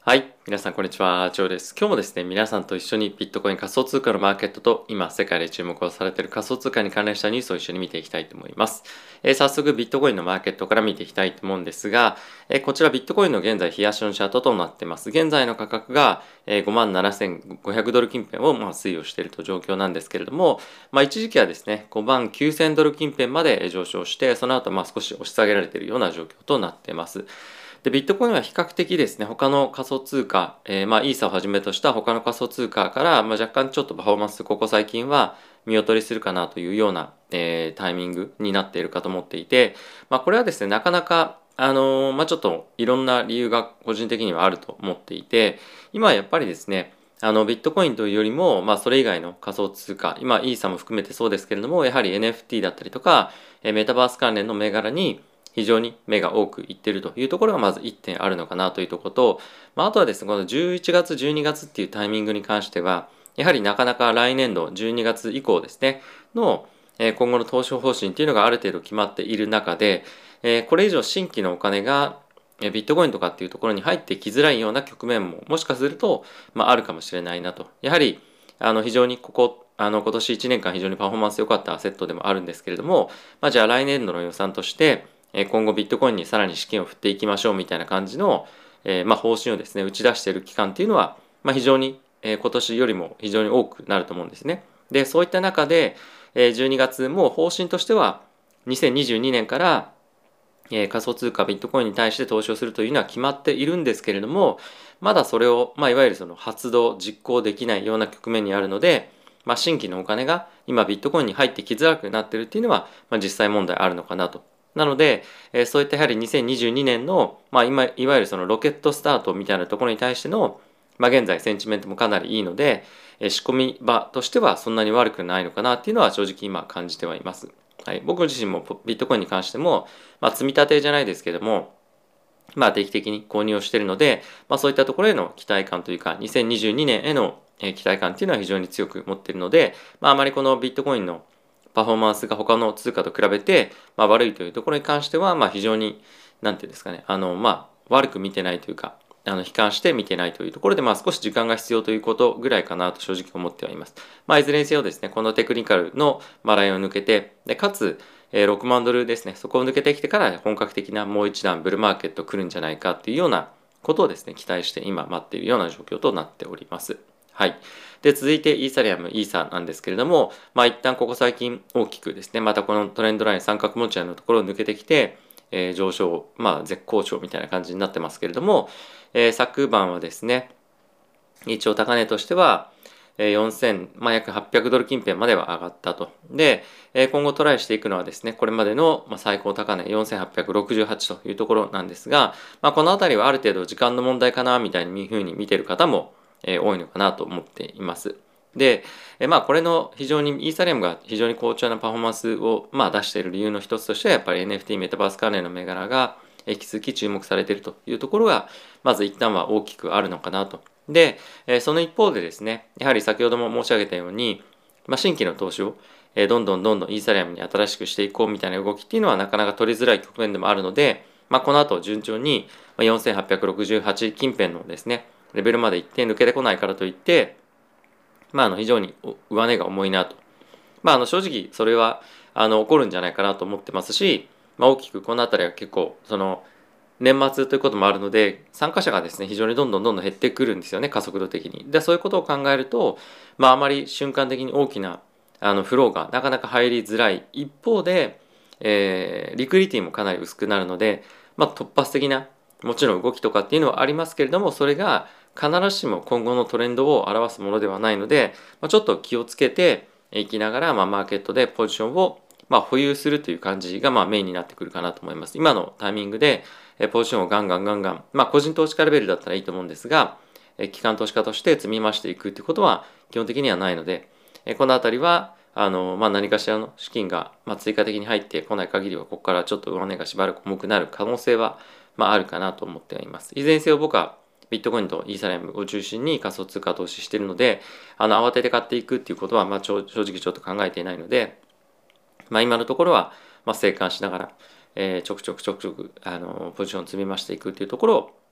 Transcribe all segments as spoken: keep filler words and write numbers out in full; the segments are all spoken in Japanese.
はい。皆さん、こんにちは。ジョーです。今日もですね、皆さんと一緒にビットコイン仮想通貨のマーケットと、今、世界で注目をされている仮想通貨に関連したニュースを一緒に見ていきたいと思います。えー早速、ビットコインのマーケットから見ていきたいと思うんですが、えーこちらビットコインの現在、冷やしのチャートとなっています。現在の価格が、えーごまんななせんごひゃくドル近辺を、まあ、推移をしていると状況なんですけれども、まあ、一時期はですね、ごまんきゅうせんドル近辺まで上昇して、その後、まあ、少し押し下げられているような状況となっています。で、ビットコインは比較的ですね、他の仮想通貨、えー、まあ、イーサをはじめとした他の仮想通貨から、まあ、若干ちょっとパフォーマンス、ここ最近は見劣りするかなというような、えータイミングになっているかと思っていて、まあ、これはですね、なかなか、あのーまあ、ちょっといろんな理由が個人的にはあると思っていて、今はやっぱりですね、あのビットコインというよりも、まあ、それ以外の仮想通貨、今、イーサも含めてそうですけれども、やはり エヌエフティー だったりとか、えーメタバース関連の銘柄に、非常に目が多くいっているというところがまずいってんあるのかなというところと、まあ、あとはですね、このじゅういちがつ、じゅうにがつっていうタイミングに関しては、やはりなかなか来年度じゅうにがつ以降ですね、の今後の投資方針っていうのがある程度決まっている中で、これ以上新規のお金がビットコインとかっていうところに入ってきづらいような局面ももしかすると、まあ、あるかもしれないなと。やはりあの非常にここあの今年いちねんかん非常にパフォーマンス良かったアセットでもあるんですけれども、まあ、じゃあ来年度の予算として今後ビットコインにさらに資金を振っていきましょうみたいな感じの、えー、まあ方針をですね打ち出している期間っていうのは、まあ、非常に、えー、今年よりも非常に多くなると思うんですね。でそういった中で、えー、じゅうにがつも方針としてはにせんにじゅうにねんから、えー、仮想通貨ビットコインに対して投資をするというのは決まっているんですけれども、まだそれを、まあ、いわゆるその発動実行できないような局面にあるので、まあ、新規のお金が今ビットコインに入ってきづらくなっているっていうのは、まあ、実際問題あるのかなと。なので、えーそういったやはりにせんにじゅうにねんの、まあ、今いわゆるそのロケットスタートみたいなところに対しての、まあ、現在センチメントもかなりいいので、えー仕込み場としてはそんなに悪くないのかなっていうのは正直今感じてはいます。はい、僕自身もビットコインに関しても、まあ、積み立てじゃないですけども、まあ、定期的に購入をしているので、まあ、そういったところへの期待感というか、にせんにじゅうにねんへの期待感っていうのは非常に強く持っているので、まあ、あまりこのビットコインのパフォーマンスが他の通貨と比べて、まあ、悪いというところに関しては、まあ、非常に、なんていうんですかね、あの、まあ、悪く見てないというか、あの、悲観して見てないというところで、まあ、少し時間が必要ということぐらいかなと正直思ってはいます。まあ、いずれにせよですね、このテクニカルのラインを抜けて、でかつ、えーろくまんドルですね、そこを抜けてきてから本格的なもう一段ブルーマーケット来るんじゃないかっていうようなことをですね、期待して今待っているような状況となっております。はい。で、続いてイーサリアム、イーサなんですけれども、まあ一旦ここ最近大きくですね、またこのトレンドライン三角持ち合いのところを抜けてきて、えー上昇、まあ絶好調みたいな感じになってますけれども、えー昨晩はですね、一応高値としては、よんせん、まあ、約はっぴゃくドル近辺までは上がったと。で、今後トライしていくのはですね、これまでの最高高値よんせんはっぴゃくろくじゅうはちというところなんですが、まあ、このあたりはある程度時間の問題かなみたいにふうに見てる方も多いのかなと思っています。で、まあこれの非常にイーサリアムが非常に好調なパフォーマンスをまあ出している理由の一つとしてはやっぱり エヌエフティー メタバース関連の銘柄が引き続き注目されているというところがまず一旦は大きくあるのかなと。で、その一方でですね、やはり先ほども申し上げたように、まあ、新規の投資をどんどんどんどんイーサリアムに新しくしていこうみたいな動きっていうのはなかなか取りづらい局面でもあるので、まあ、この後順調によんせんはっぴゃくろくじゅうはち近辺のですね、レベルまで一定抜けてこないからといって、まあ、あの非常に上値が重いなと。まあ、あの正直それはあの起こるんじゃないかなと思ってますし、まあ、大きくこの辺りは結構その年末ということもあるので参加者がですね非常にどんどんどんどん減ってくるんですよね、加速度的に。でそういうことを考えると、まあ、あまり瞬間的に大きなあのフローがなかなか入りづらい一方で、えーリクリティもかなり薄くなるので、まあ、突発的なもちろん動きとかっていうのはありますけれども、それが必ずしも今後のトレンドを表すものではないので、まあ、ちょっと気をつけていきながら、まあ、マーケットでポジションをまあ保有するという感じがまあメインになってくるかなと思います。今のタイミングでポジションをガンガンガンガン、まあ個人投資家レベルだったらいいと思うんですが、機関投資家として積み増していくということは基本的にはないので、このあたりはあの、まあ、何かしらの資金が、まあ、追加的に入ってこない限りはここからちょっと上値がしばらく重くなる可能性は、まあ、あるかなと思っています。いずれにせよ僕はビットコインとイーサリアムを中心に仮想通貨投資しているので、あの慌てて買っていくっていうことは、まあ、正直ちょっと考えていないので、まあ、今のところは、まあ、静観しながら、えーちょくちょくちょくちょくあのポジションを積み増していくっていうところを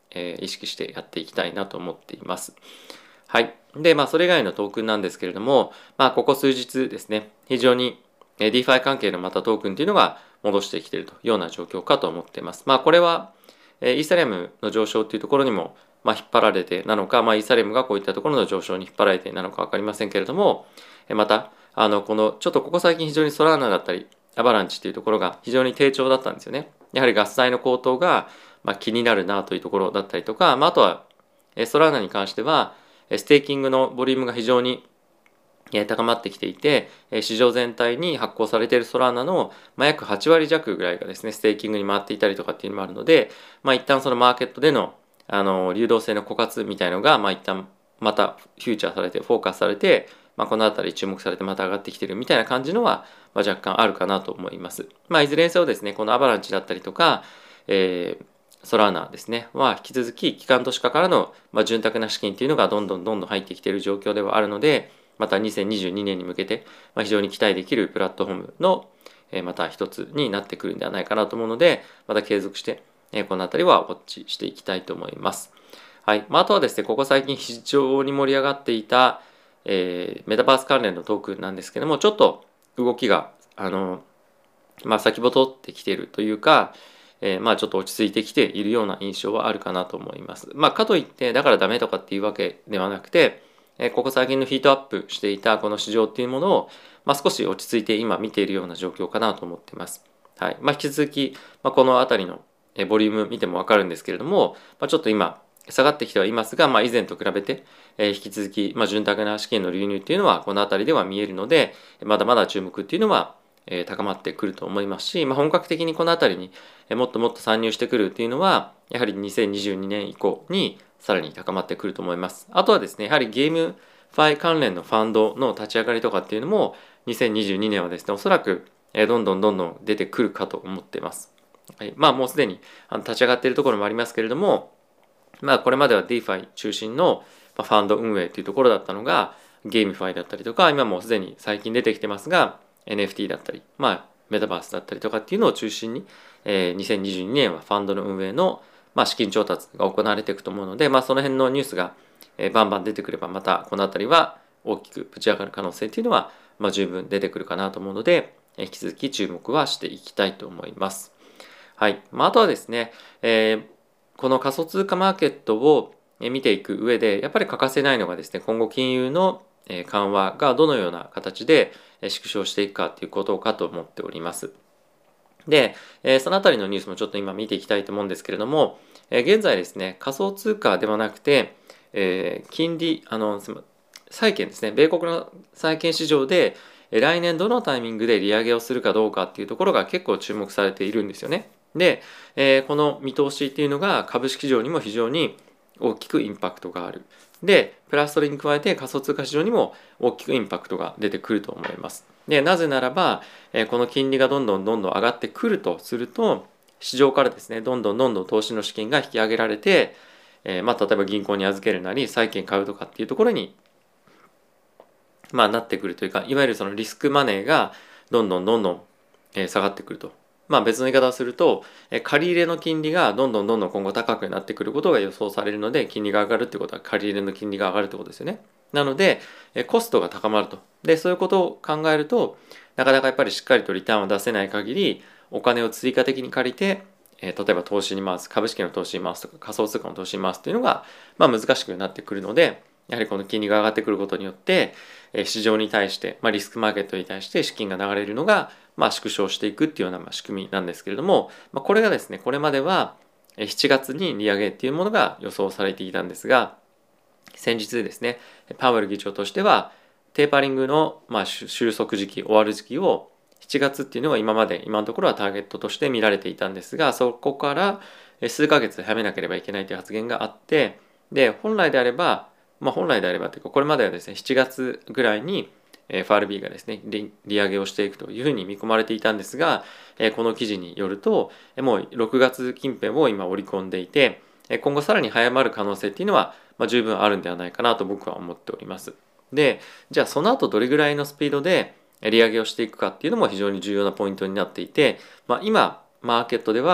えー、意識してやっていきたいなと思っています。はい。で、まあ、それ以外のトークンなんですけれども、まあ、ここ数日ですね、非常に DeFi 関係のまたトークンっていうのが戻してきているというような状況かと思っています。まあ、これは、イーサリアムの上昇っていうところにも、まあ、引っ張られてなのか、まあ、イーサリアムがこういったところの上昇に引っ張られてなのか分かりませんけれども、また、あの、この、ちょっとここ最近非常にソラーナだったり、アバランチっていうところが非常に低調だったんですよね。やはりガス代の高騰が、まあ、気になるなというところだったりとか、まあ、あとは、ソラーナに関しては、ステーキングのボリュームが非常に高まってきていて、市場全体に発行されているソラーナの、まあ、約はち割弱ぐらいがですね、ステーキングに回っていたりとかっていうのもあるので、まあ、一旦そのマーケットでの、あの流動性の枯渇みたいのが、まあ、一旦またフューチャーされて、フォーカスされて、まあ、この辺り注目されてまた上がってきてるみたいな感じのは、まあ、若干あるかなと思います。まあ、いずれにせよですね、このアバランチだったりとか、えーソラーナですねは引き続き機関投資家からの、まあ、潤沢な資金っていうのがどんどんどんどん入ってきている状況ではあるので、またにせんにじゅうにねんに向けて、まあ、非常に期待できるプラットフォームの、えー、また一つになってくるんではないかなと思うので、また継続して、えー、この辺りはウォッチしていきたいと思います。はい。まあ、あとはですね、ここ最近非常に盛り上がっていた、えー、メタバース関連のトークンなんですけども、ちょっと動きがあのまあ先ほどってきているというか、えー、まあちょっと落ち着いてきているような印象はあるかなと思います。まあかといってだからダメとかっていうわけではなくて、えー、ここ最近のヒートアップしていたこの市場っていうものを、まあ、少し落ち着いて今見ているような状況かなと思っています。はい。まあ引き続き、まあ、このあたりのボリューム見てもわかるんですけれども、まあ、ちょっと今下がってきてはいますが、まあ、以前と比べて、えー、引き続き、まあ、潤沢な資金の流入っていうのはこのあたりでは見えるので、まだまだ注目っていうのはえ高まってくると思いますし、まあ、本格的にこの辺りにえもっともっと参入してくるっていうのはやはりにせんにじゅうにねん以降にさらに高まってくると思います。あとはですねやはりゲームファイ関連のファンドの立ち上がりとかっていうのもにせんにじゅうにねんはですねおそらくえどんどんどんどん出てくるかと思っています。はい、まあもうすでにあの立ち上がっているところもありますけれども、まあこれまでは DeFi 中心のファンド運営というところだったのがゲームファイだったりとか今もうすでに最近出てきてますがエヌエフティー だったり、まあ、メタバースだったりとかっていうのを中心に、えー、にせんにじゅうにねんはファンドの運営の、まあ、資金調達が行われていくと思うので、まあ、その辺のニュースが、えー、バンバン出てくればまたこの辺りは大きくぶち上がる可能性っていうのは、まあ、十分出てくるかなと思うので、えー、引き続き注目はしていきたいと思います。はい。まあ、あとはですね、えー、この仮想通貨マーケットを見ていく上でやっぱり欠かせないのがですね今後金融の緩和がどのような形で縮小していくかということかと思っております。で、そのあたりのニュースもちょっと今見ていきたいと思うんですけれども、現在ですね、仮想通貨ではなくて、金利、あの、債券ですね、米国の債券市場で来年どのタイミングで利上げをするかどうかっていうところが結構注目されているんですよね。で、この見通しっていうのが株式市場にも非常に大きくインパクトがある。で、プラスそれに加えて仮想通貨市場にも大きくインパクトが出てくると思います。で、なぜならば、この金利がどんどんどんどん上がってくるとすると、市場からですね、どんどんどんどん投資の資金が引き上げられて、えー、まあ、例えば銀行に預けるなり、債券買うとかっていうところに、まあ、なってくるというか、いわゆるそのリスクマネーがどんどんどんどん、えー、下がってくると。まあ別の言い方をすると、借り入れの金利がどんどんどんどん今後高くなってくることが予想されるので、金利が上がるってことは借り入れの金利が上がるってことですよね。なので、コストが高まると。で、そういうことを考えると、なかなかやっぱりしっかりとリターンを出せない限り、お金を追加的に借りて、例えば投資に回す、株式の投資に回すとか仮想通貨の投資に回すっていうのが、まあ難しくなってくるので、やはりこの金利が上がってくることによって、市場に対して、まあ、リスクマーケットに対して資金が流れるのが、まあ、縮小していくっていうような仕組みなんですけれども、まあ、これがですね、これまではしちがつに利上げっていうものが予想されていたんですが、先日ですね、パウエル議長としては、テーパリングの、まあ、収束時期、終わる時期をしちがつっていうのが今まで、今のところはターゲットとして見られていたんですが、そこから数ヶ月早めなければいけないという発言があって、で、本来であれば、まあ、本来であればというか、これまではですね、しちがつぐらいに エフアールビー がですね、利上げをしていくというふうに見込まれていたんですが、この記事によると、もうろくがつ近辺を今織り込んでいて、今後さらに早まる可能性っていうのは、まあ、十分あるんではないかなと僕は思っております。で、じゃあその後どれぐらいのスピードで利上げをしていくかっていうのも非常に重要なポイントになっていて、まあ、今、マーケットでは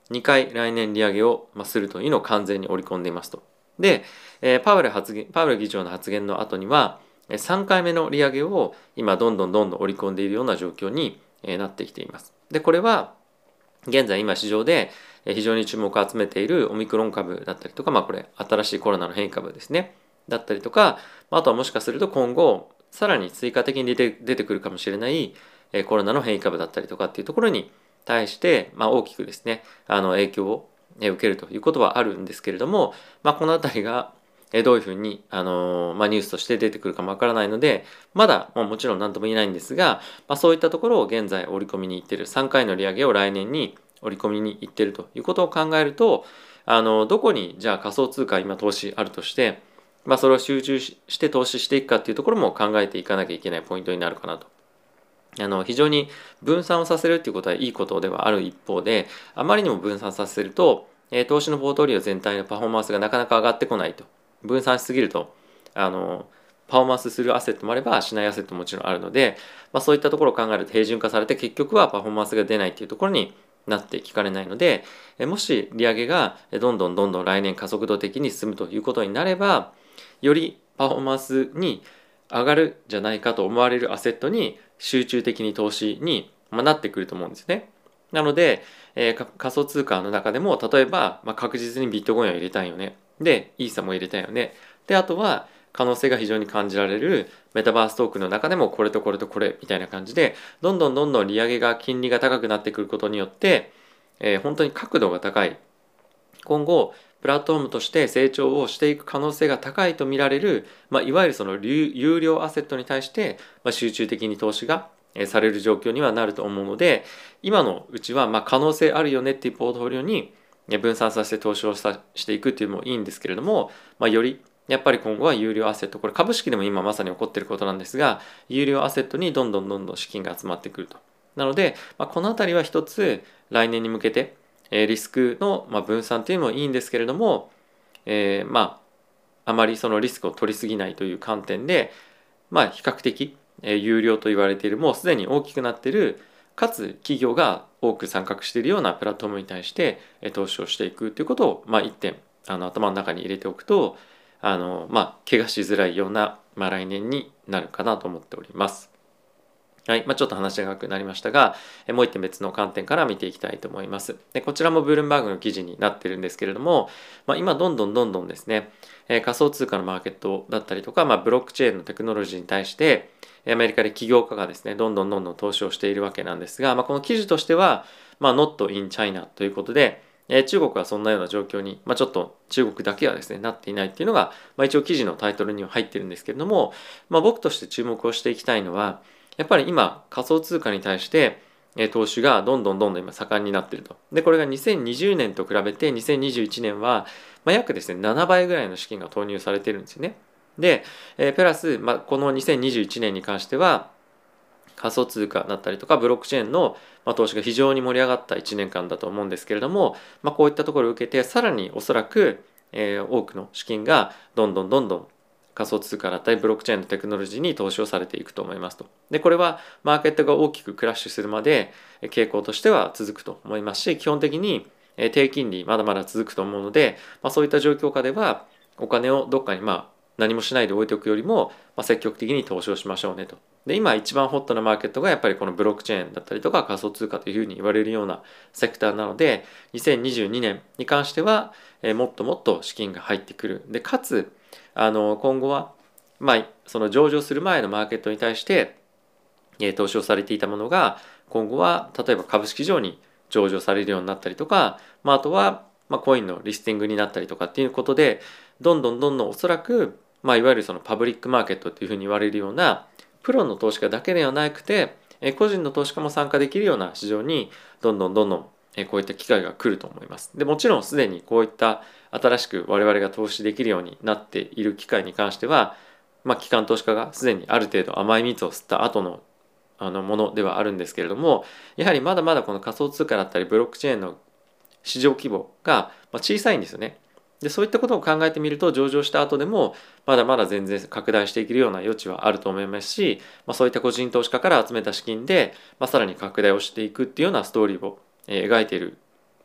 にかい来年利上げをするというのを完全に織り込んでいますと。で、パウエル発言、パウエル議長の発言の後には、さんかいめの利上げを今どんどんどんどん織り込んでいるような状況になってきています。で、これは現在今市場で非常に注目を集めているオミクロン株だったりとか、まあこれ新しいコロナの変異株ですね。だったりとか、あとはもしかすると今後さらに追加的に出て、出てくるかもしれないコロナの変異株だったりとかっていうところに対して、まあ、大きくですね、あの影響を受けるということはあるんですけれども、まあ、このあたりがどういうふうに、あのまあ、ニュースとして出てくるかもわからないので、まだ、まあ、もちろん何とも言えないんですが、まあ、そういったところを現在織り込みに行っているさんかいの利上げを来年に織り込みに行っているということを考えると、あのどこにじゃあ仮想通貨今投資あるとして、まあ、それを集中して投資していくかっていうところも考えていかなきゃいけないポイントになるかなと。あの非常に分散をさせるっていうことはいいことではある一方で、あまりにも分散させると、えー、投資のポートフォリオ全体のパフォーマンスがなかなか上がってこないと。分散しすぎるとあのパフォーマンスするアセットもあればしないアセットももちろんあるので、まあ、そういったところを考えると平準化されて結局はパフォーマンスが出ないっていうところになってきかねないので、もし利上げがどんどんどんどん来年加速度的に進むということになれば、よりパフォーマンスに上がるんじゃないかと思われるアセットに集中的に投資になってくると思うんですね。なので、えー、仮想通貨の中でも例えば、まあ、確実にビットコインを入れたいよね。で、イーサも入れたいよね。で、あとは可能性が非常に感じられるメタバーストークンの中でもこれとこれとこれみたいな感じで、どんどんどんどん利上げが金利が高くなってくることによって、えー、本当に角度が高い。今後、プラットフォームとして成長をしていく可能性が高いと見られる、まあ、いわゆるその有料アセットに対して、まあ、集中的に投資がされる状況にはなると思うので、今のうちはまあ可能性あるよねっていうポートフォリオに分散させて投資をさしていくっていうのもいいんですけれども、まあ、よりやっぱり今後は有料アセット、これ株式でも今まさに起こっていることなんですが、有料アセットにどんどんどんどん資金が集まってくると。なので、まあ、このあたりは一つ来年に向けてリスクの分散っていうのもいいんですけれども、えー、まああまりそのリスクを取りすぎないという観点で、まあ比較的有料と言われている、もうすでに大きくなっている、かつ企業が多く参画しているようなプラットフォームに対して投資をしていくということを、まあ、一点あの頭の中に入れておくと、あのまあ怪我しづらいような、まあ、来年になるかなと思っております。はい、まあ、ちょっと話が長くなりましたが、もう一点別の観点から見ていきたいと思います。で、こちらもブルームバーグの記事になってるんですけれども、まあ、今どんどんどんどんですね、仮想通貨のマーケットだったりとか、まあ、ブロックチェーンのテクノロジーに対して、アメリカで起業家がですね、どんどんどんどん投資をしているわけなんですが、まあ、この記事としては、まあ、not in China ということで、中国はそんなような状況に、まあ、ちょっと中国だけはですね、なっていないっていうのが、まあ、一応記事のタイトルには入ってるんですけれども、まあ、僕として注目をしていきたいのは、やっぱり今仮想通貨に対して投資がどんどんどんどん今盛んになっていると。で、これがにせんにじゅうねんと比べてにせんにじゅういちねんは、まあ、約ですねななばいぐらいの資金が投入されているんですよね。で、えプラス、まあ、このにせんにじゅういちねんに関しては仮想通貨だったりとかブロックチェーンの投資が非常に盛り上がったいちねんかんだと思うんですけれども、まあ、こういったところを受けてさらにおそらく、えー、多くの資金がどんどんどんどん仮想通貨だったりブロックチェーンのテクノロジーに投資をされていくと思いますと。で、これはマーケットが大きくクラッシュするまで傾向としては続くと思いますし、基本的に低金利まだまだ続くと思うので、まあ、そういった状況下ではお金をどっかにまあ何もしないで置いておくよりも、まあ、積極的に投資をしましょうねと。で、今一番ホットなマーケットがやっぱりこのブロックチェーンだったりとか仮想通貨というふうに言われるようなセクターなので、にせんにじゅうにねんに関してはもっともっと資金が入ってくる。で、かつあの今後は、まあ、その上場する前のマーケットに対して、えー、投資をされていたものが今後は例えば株式上に上場されるようになったりとか、まあ、あとは、まあ、コインのリスティングになったりとかっていうことでどんどんどんどんおそらく、まあ、いわゆるそのパブリックマーケットっていうふうに言われるようなプロの投資家だけではなくて、えー、個人の投資家も参加できるような市場にどんどんどんどんこういった機会が来ると思います。で、もちろんすでにこういった新しく我々が投資できるようになっている機会に関しては、まあ、機関投資家がすでにある程度甘い蜜を吸った後のあのものではあるんですけれども、やはりまだまだこの仮想通貨だったりブロックチェーンの市場規模が小さいんですよね。で、そういったことを考えてみると上場した後でもまだまだ全然拡大していけるような余地はあると思いますし、まあ、そういった個人投資家から集めた資金で、まあ、さらに拡大をしていくっていうようなストーリーを描いている、ま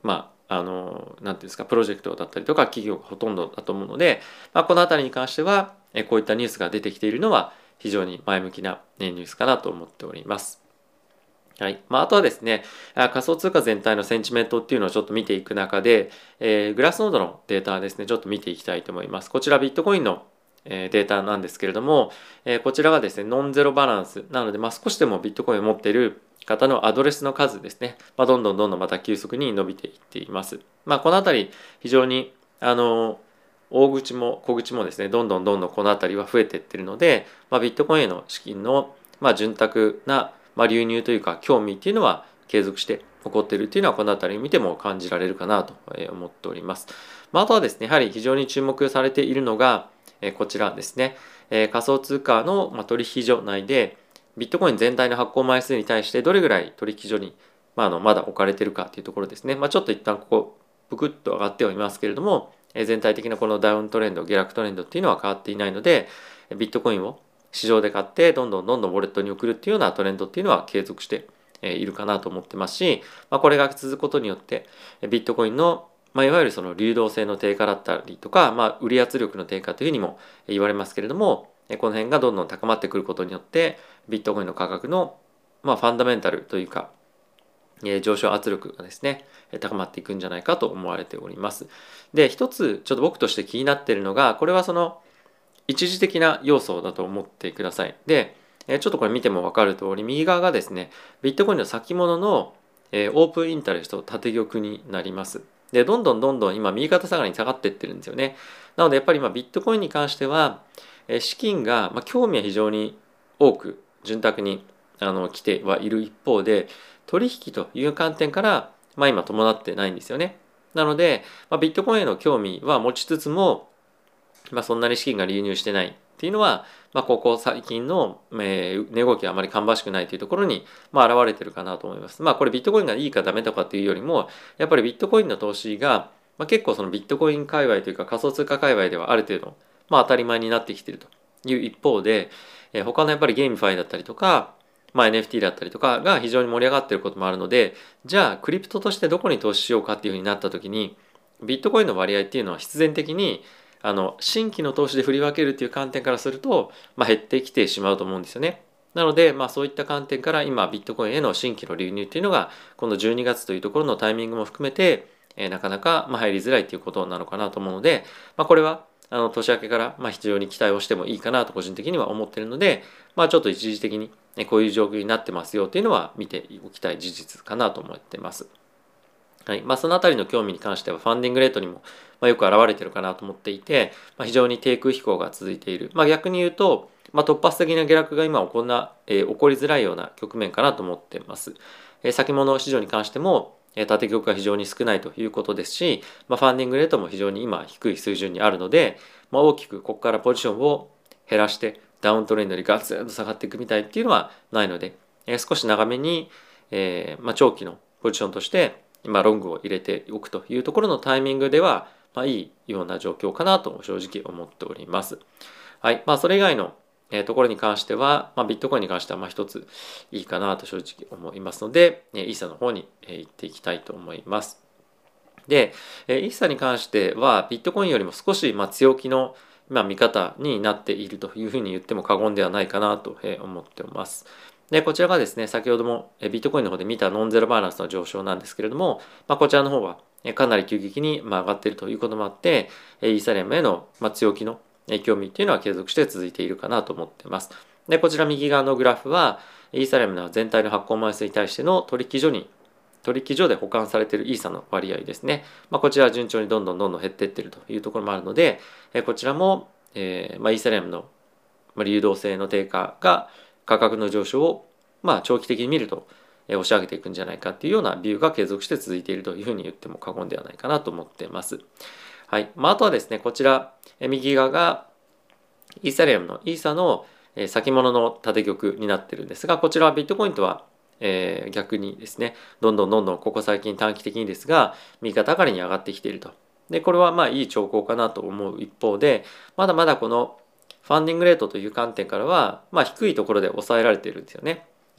あの、なんていうんですか、プロジェクトだったりとか企業がほとんどだと思うので、まあ、このあたりに関しては、えこういったニュースが出てきているのは非常に前向きなニュースかなと思っております。はい。まあ、あとはですね、仮想通貨全体のセンチメントっていうのをちょっと見ていく中で、えー、グラスノードのデータですね、ちょっと見ていきたいと思います。こちらビットコインのデータなんですけれども、えー、こちらがですね、ノンゼロバランスなので、まあ、少しでもビットコインを持っている方のアドレスの数ですね、まあ、どんどんどんどんまた急速に伸びていっています。まあ、このあたり、非常に、あの、大口も小口もですね、どんどんどんどんこのあたりは増えていってるので、まあ、ビットコインへの資金の、まあ、潤沢なまあ、流入というか興味っていうのは継続して起こっているっていうのはこの辺りを見ても感じられるかなと思っております。まあ、あとはですね、やはり非常に注目されているのがこちらですね、仮想通貨の取引所内でビットコイン全体の発行枚数に対してどれぐらい取引所にまあ、あのまだ置かれているかというところですね。まあ、ちょっと一旦ここぷくっと上がってはいますけれども、全体的なこのダウントレンド、下落トレンドっていうのは変わっていないので、ビットコインを市場で買ってどんどんどんどんウォレットに送るっていうようなトレンドっていうのは継続しているかなと思ってますし、まあ、これが続くことによってビットコインの、まあ、いわゆるその流動性の低下だったりとか、まあ、売り圧力の低下というふうにも言われますけれども、この辺がどんどん高まってくることによってビットコインの価格の、まあ、ファンダメンタルというか上昇圧力がですね高まっていくんじゃないかと思われております。で、一つちょっと僕として気になっているのが、これはその一時的な要素だと思ってください。で、ちょっとこれ見ても分かる通り、右側がですね、ビットコインの先物のオープンインタレスト、縦玉になります。で、どんどんどんどん今、右肩下がりに下がっていってるんですよね。なので、やっぱり今、ビットコインに関しては、資金が、まあ、興味は非常に多く、潤沢にあの来てはいる一方で、取引という観点から、まあ、今、伴ってないんですよね。なので、まあ、ビットコインへの興味は持ちつつも、まあ、そんなに資金が流入してないっていうのは、まあ、ここ最近の、えー、値動きがあまり芳しくないというところに、まあ、現れてるかなと思います。まあこれビットコインがいいかダメとかっていうよりも、やっぱりビットコインの投資が、まあ、結構そのビットコイン界隈というか仮想通貨界隈ではある程度、まあ、当たり前になってきているという一方で、えー、他のやっぱりゲーミファイだったりとか、まあ、エヌエフティー だったりとかが非常に盛り上がっていることもあるので、じゃあクリプトとしてどこに投資しようかっていうふうになった時に、ビットコインの割合っていうのは必然的にあの新規の投資で振り分けるという観点からすると、まあ、減ってきてしまうと思うんですよね。なので、まあ、そういった観点から今ビットコインへの新規の流入っていうのがこのじゅうにがつというところのタイミングも含めて、えー、なかなかまあ入りづらいということなのかなと思うので、まあ、これはあの年明けからまあ非常に期待をしてもいいかなと個人的には思っているので、まあ、ちょっと一時的にこういう状況になってますよっていうのは見ておきたい事実かなと思っています。はいまあ、そのあたりの興味に関してはファンディングレートにもよく表れてるかなと思っていて、まあ、非常に低空飛行が続いている、まあ、逆に言うと、まあ、突発的な下落が今起こな、えー、起こりづらいような局面かなと思っています。えー、先物市場に関しても縦玉が非常に少ないということですし、まあ、ファンディングレートも非常に今低い水準にあるので、まあ、大きくここからポジションを減らしてダウントレンドにガツンと下がっていくみたいっていうのはないので、えー、少し長めに、えーまあ、長期のポジションとして今ロングを入れておくというところのタイミングでは、まあ、いいような状況かなと正直思っております。はい。まあ、それ以外のところに関しては、まあ、ビットコインに関してはまあ一ついいかなと正直思いますので、イーサの方に行っていきたいと思います。で、イーサに関してはビットコインよりも少しまあ強気のまあ見方になっているというふうに言っても過言ではないかなと思っております。で、こちらがですね、先ほどもビットコインの方で見たノンゼロバランスの上昇なんですけれども、まあ、こちらの方はかなり急激に上がっているということもあって、イーサリアムへの強気の興味っていうのは継続して続いているかなと思っています。で、こちら右側のグラフは、イーサリアムの全体の発行枚数に対しての取引所に、取引所で保管されているイーサの割合ですね。まあ、こちらは順調にどんどんどんどん減っていっているというところもあるので、こちらも、えーまあ、イーサリアムの流動性の低下が価格の上昇をまあ長期的に見ると押し上げていくんじゃないかっていうようなビューが継続して続いているというふうに言っても過言ではないかなと思っています。はい。まあ、あとはですね、こちら右側がイーサリアムのイーサの先物の縦玉になってるんですが、こちらはビットコインとはえー、逆にですね、どんどんどんどんここ最近短期的にですが右肩上がりに上がってきていると。で、これはまあいい兆候かなと思う一方で、まだまだこのファンディングレートという観点からは、まあ、低いところで抑えられているんですよね。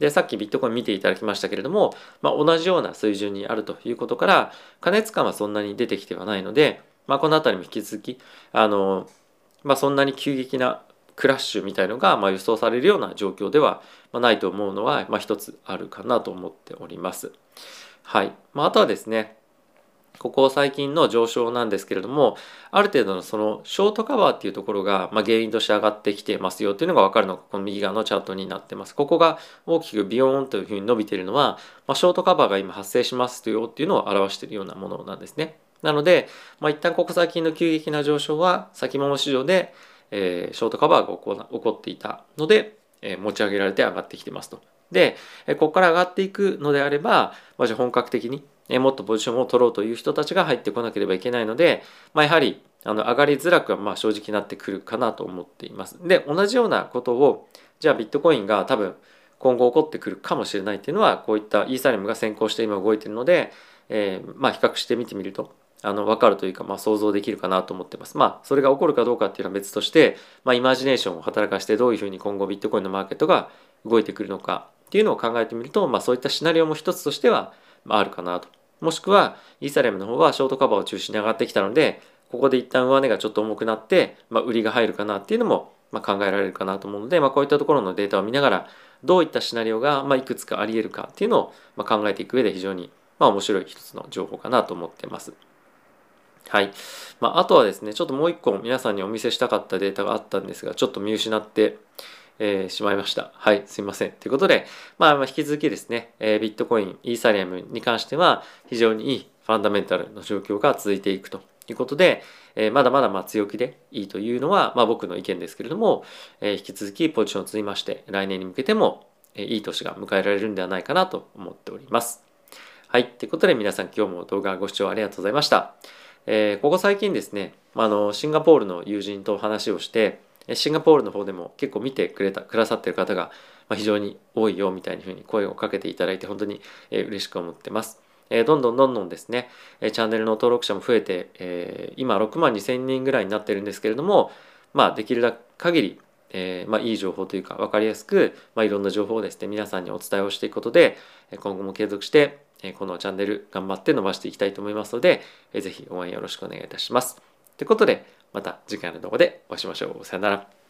で、さっきビットコイン見ていただきましたけれども、まあ、同じような水準にあるということから、過熱感はそんなに出てきてはないので、まあ、このあたりも引き続き、あの、まあ、そんなに急激なクラッシュみたいのがまあ予想されるような状況ではないと思うのは、まあ、一つあるかなと思っております。はい。まあ、あとはですね、ここ最近の上昇なんですけれども、ある程度のそのショートカバーっていうところが、まあ、原因として上がってきてますよっていうのが分かるのがこの右側のチャートになってます。ここが大きくビヨーンというふうに伸びているのは、まあ、ショートカバーが今発生しますよっていうのを表しているようなものなんですね。なので、まあ、一旦ここ最近の急激な上昇は先物市場で、えー、ショートカバーが起こ起こっていたので、えー、持ち上げられて上がってきてますと。で、ここから上がっていくのであれば、まあ、じゃあ本格的にもっとポジションを取ろうという人たちが入ってこなければいけないので、まあ、やはりあの上がりづらくはまあ正直なってくるかなと思っています。で、同じようなことをじゃあビットコインが多分今後起こってくるかもしれないっていうのは、こういったイーサリアムが先行して今動いているので、えー、まあ比較して見てみるとあの分かるというか、まあ、想像できるかなと思ってます。まあそれが起こるかどうかっていうのは別として、まあ、イマジネーションを働かしてどういうふうに今後ビットコインのマーケットが動いてくるのかっていうのを考えてみると、まあ、そういったシナリオも一つとしてはあるかなと。もしくはイーサリアムの方はショートカバーを中心に上がってきたので、ここで一旦上値がちょっと重くなって、まあ、売りが入るかなっていうのもまあ考えられるかなと思うので、まあ、こういったところのデータを見ながらどういったシナリオがまあいくつかあり得るかっていうのをまあ考えていく上で非常にまあ面白い一つの情報かなと思ってます。はい。まあ、あとはですね、ちょっともう一個皆さんにお見せしたかったデータがあったんですが、ちょっと見失って、えー、しまいました。はい、すいません。ということで、まあ、まあ引き続きですね、えー、ビットコイン、イーサリアムに関しては非常にいいファンダメンタルの状況が続いていくということで、えー、まだまだまあ強気でいいというのは、まあ、僕の意見ですけれども、えー、引き続きポジションを積みまして、来年に向けても、えー、いい年が迎えられるんではないかなと思っております。はい、ということで皆さん今日も動画ご視聴ありがとうございました。えー、ここ最近ですね、あのシンガポールの友人と話をして、シンガポールの方でも結構見てくれたくださってる方が非常に多いよみたいな風に声をかけていただいて本当に嬉しく思ってます。どんどんどんどんですね、チャンネルの登録者も増えて、今ろくまんにせんにんぐらいになってるんですけれども、まあできる限り、えー、まあいい情報というか分かりやすく、まあ、いろんな情報をですね皆さんにお伝えをしていくことで今後も継続してこのチャンネル頑張って伸ばしていきたいと思いますので、ぜひ応援よろしくお願いいたします。ということで、また次回の動画でお会いしましょう。さよなら。